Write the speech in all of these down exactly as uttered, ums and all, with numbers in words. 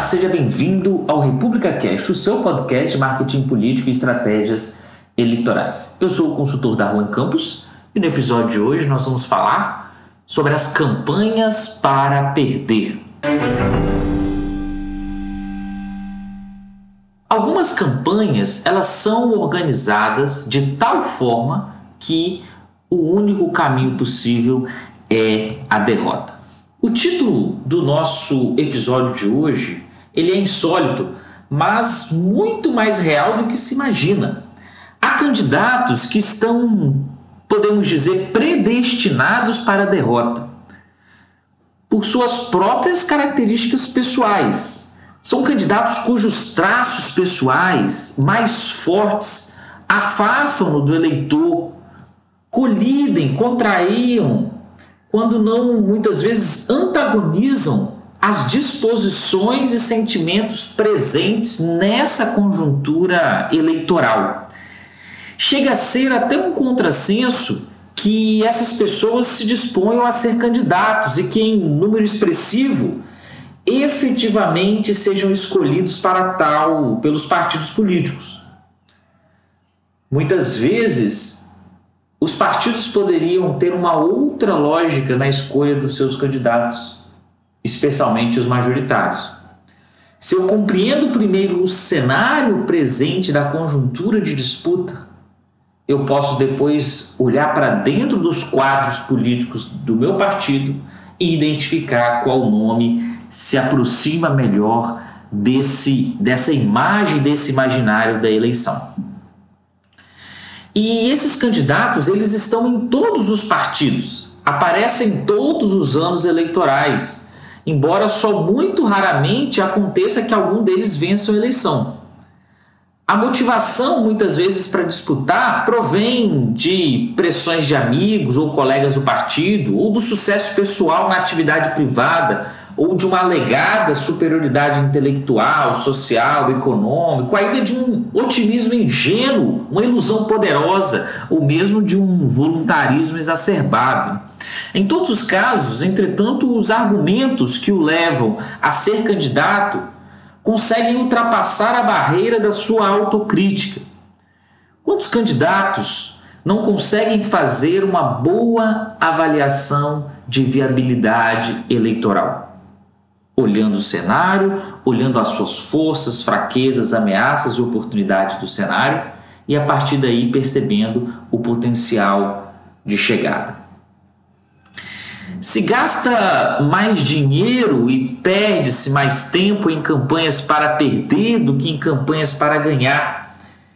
seja bem-vindo ao República Cast, o seu podcast de marketing político e estratégias eleitorais. Eu sou o consultor Darlan Campos e no episódio de hoje nós vamos falar sobre as campanhas para perder. Algumas campanhas, elas são organizadas de tal forma que o único caminho possível é a derrota. O título do nosso episódio de hoje, ele é insólito, mas muito mais real do que se imagina. Há candidatos que estão, podemos dizer, predestinados para a derrota por suas próprias características pessoais. São candidatos cujos traços pessoais mais fortes afastam-no do eleitor, colidem, contrariam, quando não, muitas vezes, antagonizam as disposições e sentimentos presentes nessa conjuntura eleitoral. Chega a ser até um contrassenso que essas pessoas se disponham a ser candidatos e que, em número expressivo, efetivamente sejam escolhidos para tal pelos partidos políticos. Muitas vezes, os partidos poderiam ter uma outra lógica na escolha dos seus candidatos, especialmente os majoritários. Se eu compreendo primeiro o cenário presente da conjuntura de disputa, eu posso depois olhar para dentro dos quadros políticos do meu partido e identificar qual nome se aproxima melhor desse, dessa imagem, desse imaginário da eleição. E esses candidatos, eles estão em todos os partidos, aparecem todos os anos eleitorais, embora só muito raramente aconteça que algum deles vença a eleição. A motivação, muitas vezes, para disputar provém de pressões de amigos ou colegas do partido, ou do sucesso pessoal na atividade privada, ou de uma alegada superioridade intelectual, social, econômico, ainda de um otimismo ingênuo, uma ilusão poderosa, ou mesmo de um voluntarismo exacerbado. Em todos os casos, entretanto, os argumentos que o levam a ser candidato conseguem ultrapassar a barreira da sua autocrítica. Quantos candidatos não conseguem fazer uma boa avaliação de viabilidade eleitoral? Olhando o cenário, olhando as suas forças, fraquezas, ameaças e oportunidades do cenário e a partir daí percebendo o potencial de chegada. Se gasta mais dinheiro e perde-se mais tempo em campanhas para perder do que em campanhas para ganhar.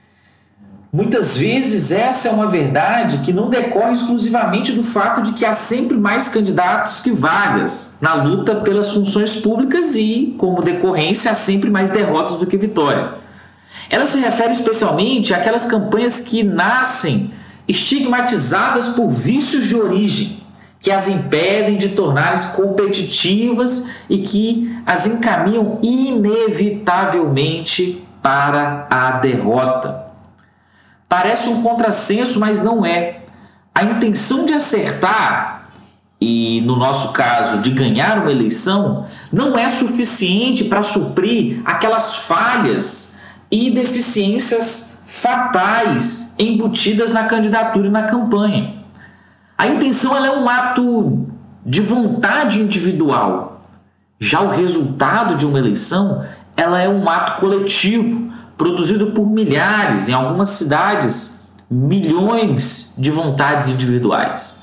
Muitas vezes essa é uma verdade que não decorre exclusivamente do fato de que há sempre mais candidatos que vagas na luta pelas funções públicas e, como decorrência, há sempre mais derrotas do que vitórias. Ela se refere especialmente àquelas campanhas que nascem estigmatizadas por vícios de origem, que as impedem de tornarem-se competitivas e que as encaminham inevitavelmente para a derrota. Parece um contrassenso, mas não é. A intenção de acertar, e no nosso caso de ganhar uma eleição, não é suficiente para suprir aquelas falhas e deficiências fatais embutidas na candidatura e na campanha. A intenção ela é um ato de vontade individual. Já o resultado de uma eleição ela é um ato coletivo, produzido por milhares, em algumas cidades, milhões de vontades individuais.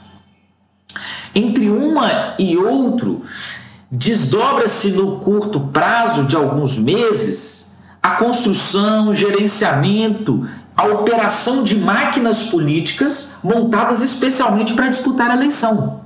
Entre uma e outro, desdobra-se no curto prazo de alguns meses a construção, gerenciamento, a operação de máquinas políticas montadas especialmente para disputar a eleição.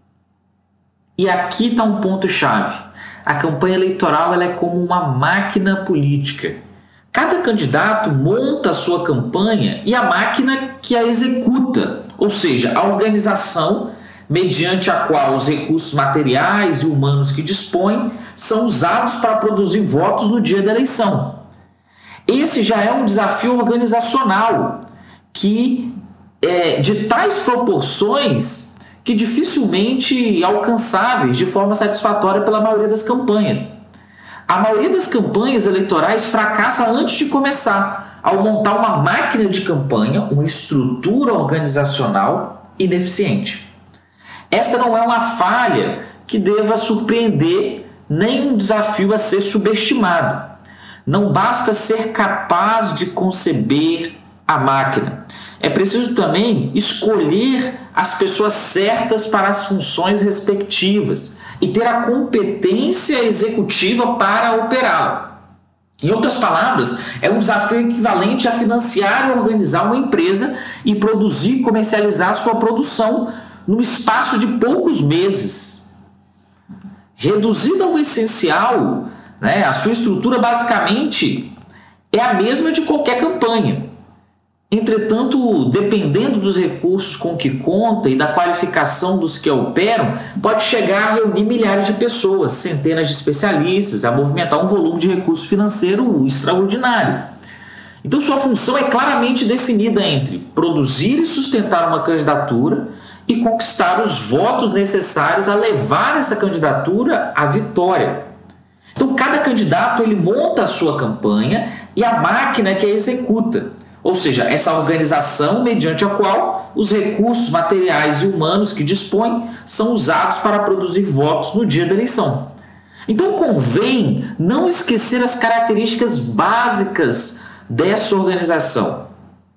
E aqui está um ponto-chave. A campanha eleitoral ela é como uma máquina política. Cada candidato monta a sua campanha e a máquina que a executa, ou seja, a organização mediante a qual os recursos materiais e humanos que dispõe são usados para produzir votos no dia da eleição. Esse já é um desafio organizacional que é de tais proporções que dificilmente alcançáveis de forma satisfatória pela maioria das campanhas. A maioria das campanhas eleitorais fracassa antes de começar, ao montar uma máquina de campanha, uma estrutura organizacional ineficiente. Essa não é uma falha que deva surpreender, nem um desafio a ser subestimado. Não basta ser capaz de conceber a máquina. É preciso também escolher as pessoas certas para as funções respectivas e ter a competência executiva para operá-la. Em outras palavras, é um desafio equivalente a financiar e organizar uma empresa e produzir e comercializar sua produção num espaço de poucos meses. Reduzida ao essencial, né, a sua estrutura basicamente é a mesma de qualquer campanha. Entretanto, dependendo dos recursos com que conta e da qualificação dos que a operam, pode chegar a reunir milhares de pessoas, centenas de especialistas, a movimentar um volume de recurso financeiro extraordinário. Então, sua função é claramente definida entre produzir e sustentar uma candidatura e conquistar os votos necessários a levar essa candidatura à vitória. Então, cada candidato ele monta a sua campanha e a máquina que a executa. Ou seja, essa organização mediante a qual os recursos materiais e humanos que dispõe são usados para produzir votos no dia da eleição. Então convém não esquecer as características básicas dessa organização.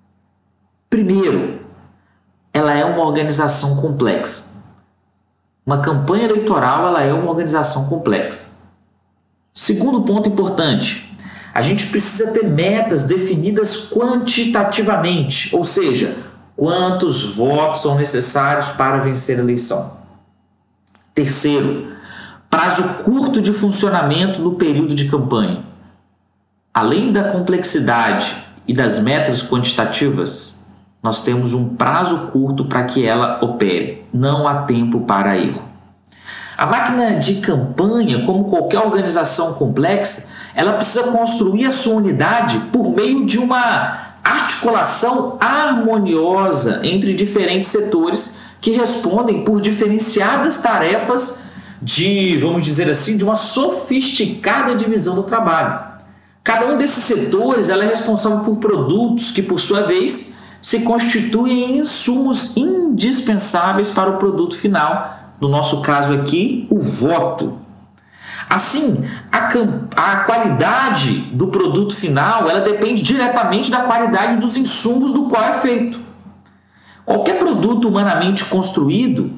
Primeiro, ela é uma organização complexa. Uma campanha eleitoral ela é uma organização complexa. Segundo ponto importante, a gente precisa ter metas definidas quantitativamente, ou seja, quantos votos são necessários para vencer a eleição. Terceiro, prazo curto de funcionamento no período de campanha. Além da complexidade e das metas quantitativas, nós temos um prazo curto para que ela opere. Não há tempo para erro. A máquina de campanha, como qualquer organização complexa, ela precisa construir a sua unidade por meio de uma articulação harmoniosa entre diferentes setores que respondem por diferenciadas tarefas de, vamos dizer assim, de uma sofisticada divisão do trabalho. Cada um desses setores ela é responsável por produtos que, por sua vez, se constituem em insumos indispensáveis para o produto final, no nosso caso aqui, o voto. Assim, a, a qualidade do produto final ela depende diretamente da qualidade dos insumos do qual é feito. Qualquer produto humanamente construído,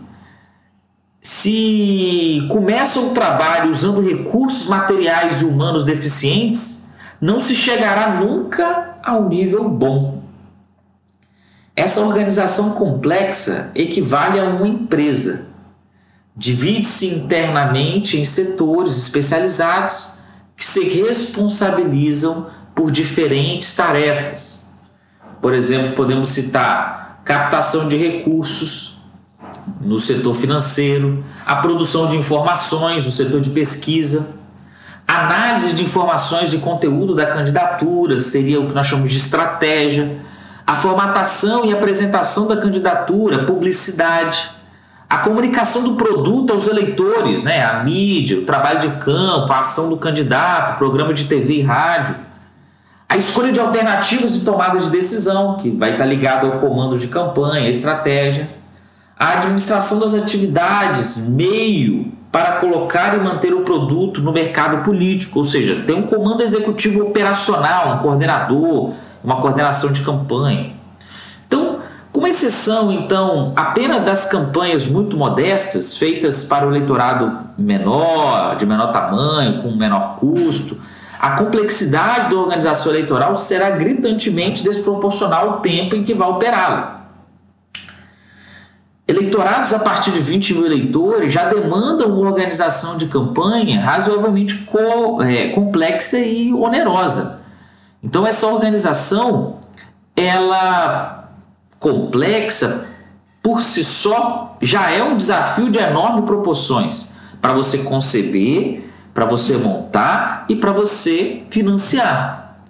se começa o trabalho usando recursos materiais e humanos deficientes, não se chegará nunca ao nível bom. Essa organização complexa equivale a uma empresa. Divide-se internamente em setores especializados que se responsabilizam por diferentes tarefas. Por exemplo, podemos citar captação de recursos no setor financeiro, a produção de informações no setor de pesquisa, análise de informações de conteúdo da candidatura, seria o que nós chamamos de estratégia, a formatação e apresentação da candidatura, publicidade, a comunicação do produto aos eleitores, né? A mídia, o trabalho de campo, a ação do candidato, programa de T V e rádio, a escolha de alternativas de tomada de decisão, que vai estar ligado ao comando de campanha, a estratégia, a administração das atividades, meio para colocar e manter o produto no mercado político, ou seja, tem um comando executivo operacional, um coordenador, uma coordenação de campanha. Então, com exceção, então, apenas das campanhas muito modestas, feitas para o eleitorado menor, de menor tamanho, com menor custo, a complexidade da organização eleitoral será gritantemente desproporcional ao tempo em que vai operá-la. Eleitorados a partir de vinte mil eleitores já demandam uma organização de campanha razoavelmente co- é, complexa e onerosa. Então, essa organização, ela complexa por si só já é um desafio de enormes proporções para você conceber, para você montar e para você financiar.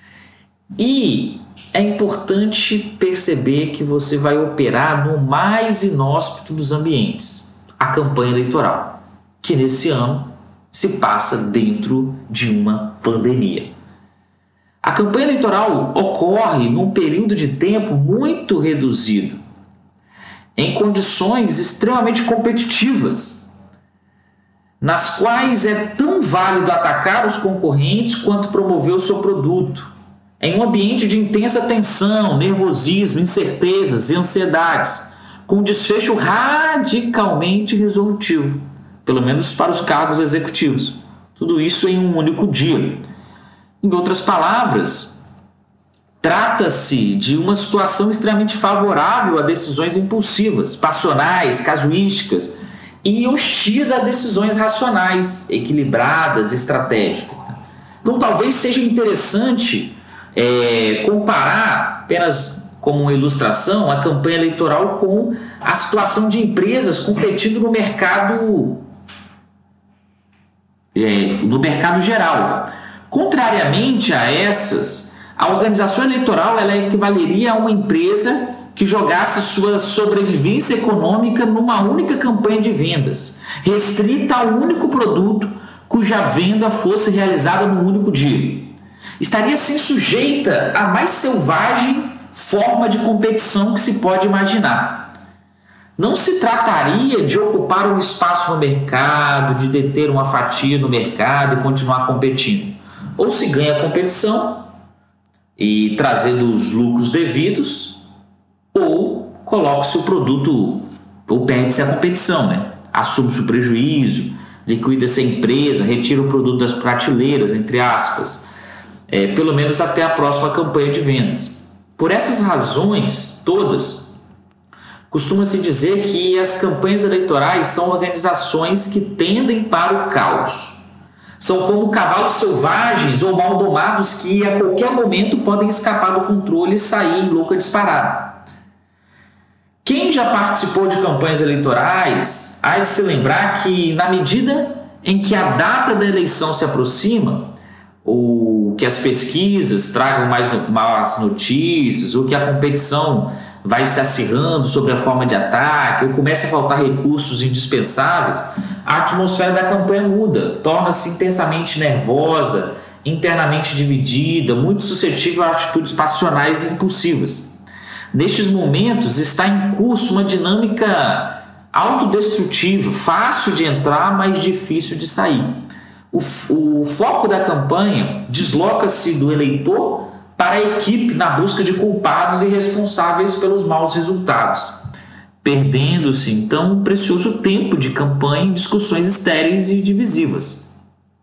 E é importante perceber que você vai operar no mais inóspito dos ambientes, a campanha eleitoral, que nesse ano se passa dentro de uma pandemia. A campanha eleitoral ocorre num período de tempo muito reduzido, em condições extremamente competitivas, nas quais é tão válido atacar os concorrentes quanto promover o seu produto, em um ambiente de intensa tensão, nervosismo, incertezas e ansiedades, com um desfecho radicalmente resolutivo, pelo menos para os cargos executivos. Tudo isso em um único dia. Em outras palavras, trata-se de uma situação extremamente favorável a decisões impulsivas, passionais, casuísticas e hostis a decisões racionais, equilibradas, estratégicas. Então, talvez seja interessante é, comparar, apenas como uma ilustração, a campanha eleitoral com a situação de empresas competindo no mercado, é, no mercado geral. Contrariamente a essas, a organização eleitoral ela equivaleria a uma empresa que jogasse sua sobrevivência econômica numa única campanha de vendas, restrita a um único produto cuja venda fosse realizada num único dia. Estaria assim sujeita à mais selvagem forma de competição que se pode imaginar. Não se trataria de ocupar um espaço no mercado, de deter uma fatia no mercado e continuar competindo. Ou se ganha a competição e trazendo os lucros devidos, ou coloca-se o produto, ou perde-se a competição, né? Assume-se o prejuízo, liquida-se a empresa, retira o produto das prateleiras, entre aspas, é, pelo menos até a próxima campanha de vendas. Por essas razões todas, costuma-se dizer que as campanhas eleitorais são organizações que tendem para o caos. São como cavalos selvagens ou mal domados que a qualquer momento podem escapar do controle e sair em louca disparada. Quem já participou de campanhas eleitorais há de se lembrar que, na medida em que a data da eleição se aproxima, ou que as pesquisas tragam mais más notícias, ou que a competição vai se acirrando sobre a forma de ataque, ou começa a faltar recursos indispensáveis, a atmosfera da campanha muda, torna-se intensamente nervosa, internamente dividida, muito suscetível a atitudes passionais e impulsivas. Nestes momentos está em curso uma dinâmica autodestrutiva, fácil de entrar, mas difícil de sair. O, o foco da campanha desloca-se do eleitor para a equipe na busca de culpados e responsáveis pelos maus resultados, perdendo-se então um precioso tempo de campanha em discussões estéreis e divisivas,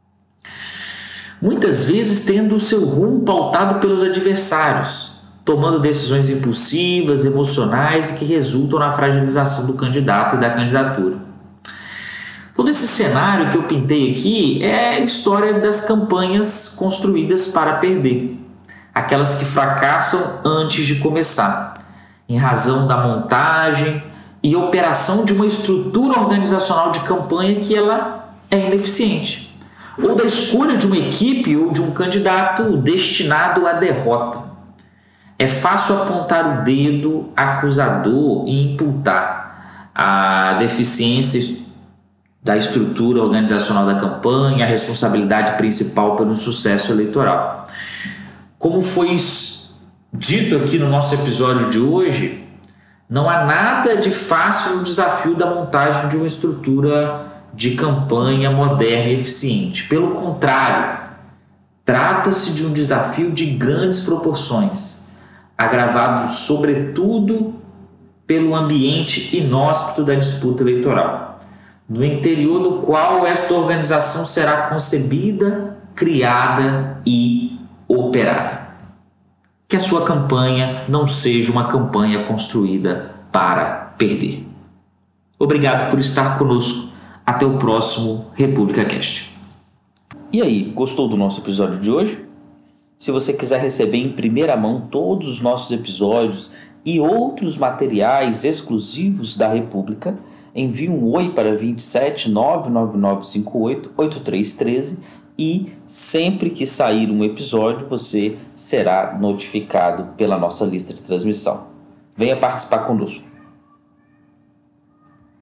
muitas vezes tendo o seu rumo pautado pelos adversários, tomando decisões impulsivas, emocionais e que resultam na fragilização do candidato e da candidatura. Todo esse cenário que eu pintei aqui é a história das campanhas construídas para perder, aquelas que fracassam antes de começar, em razão da montagem e operação de uma estrutura organizacional de campanha que ela é ineficiente, ou da escolha de uma equipe ou de um candidato destinado à derrota. É fácil apontar o dedo acusador e imputar a deficiência da estrutura organizacional da campanha, a responsabilidade principal pelo sucesso eleitoral. Como foi dito aqui no nosso episódio de hoje, não há nada de fácil no desafio da montagem de uma estrutura de campanha moderna e eficiente. Pelo contrário, trata-se de um desafio de grandes proporções, agravado sobretudo pelo ambiente inóspito da disputa eleitoral, no interior do qual esta organização será concebida, criada e operada. Que a sua campanha não seja uma campanha construída para perder. Obrigado por estar conosco. Até o próximo República Cast. E aí, gostou do nosso episódio de hoje? Se você quiser receber em primeira mão todos os nossos episódios e outros materiais exclusivos da República, envie um oi para vinte e sete, nove nove nove cinco oito, oito três um três e sempre que sair um episódio você será notificado pela nossa lista de transmissão. Venha participar conosco.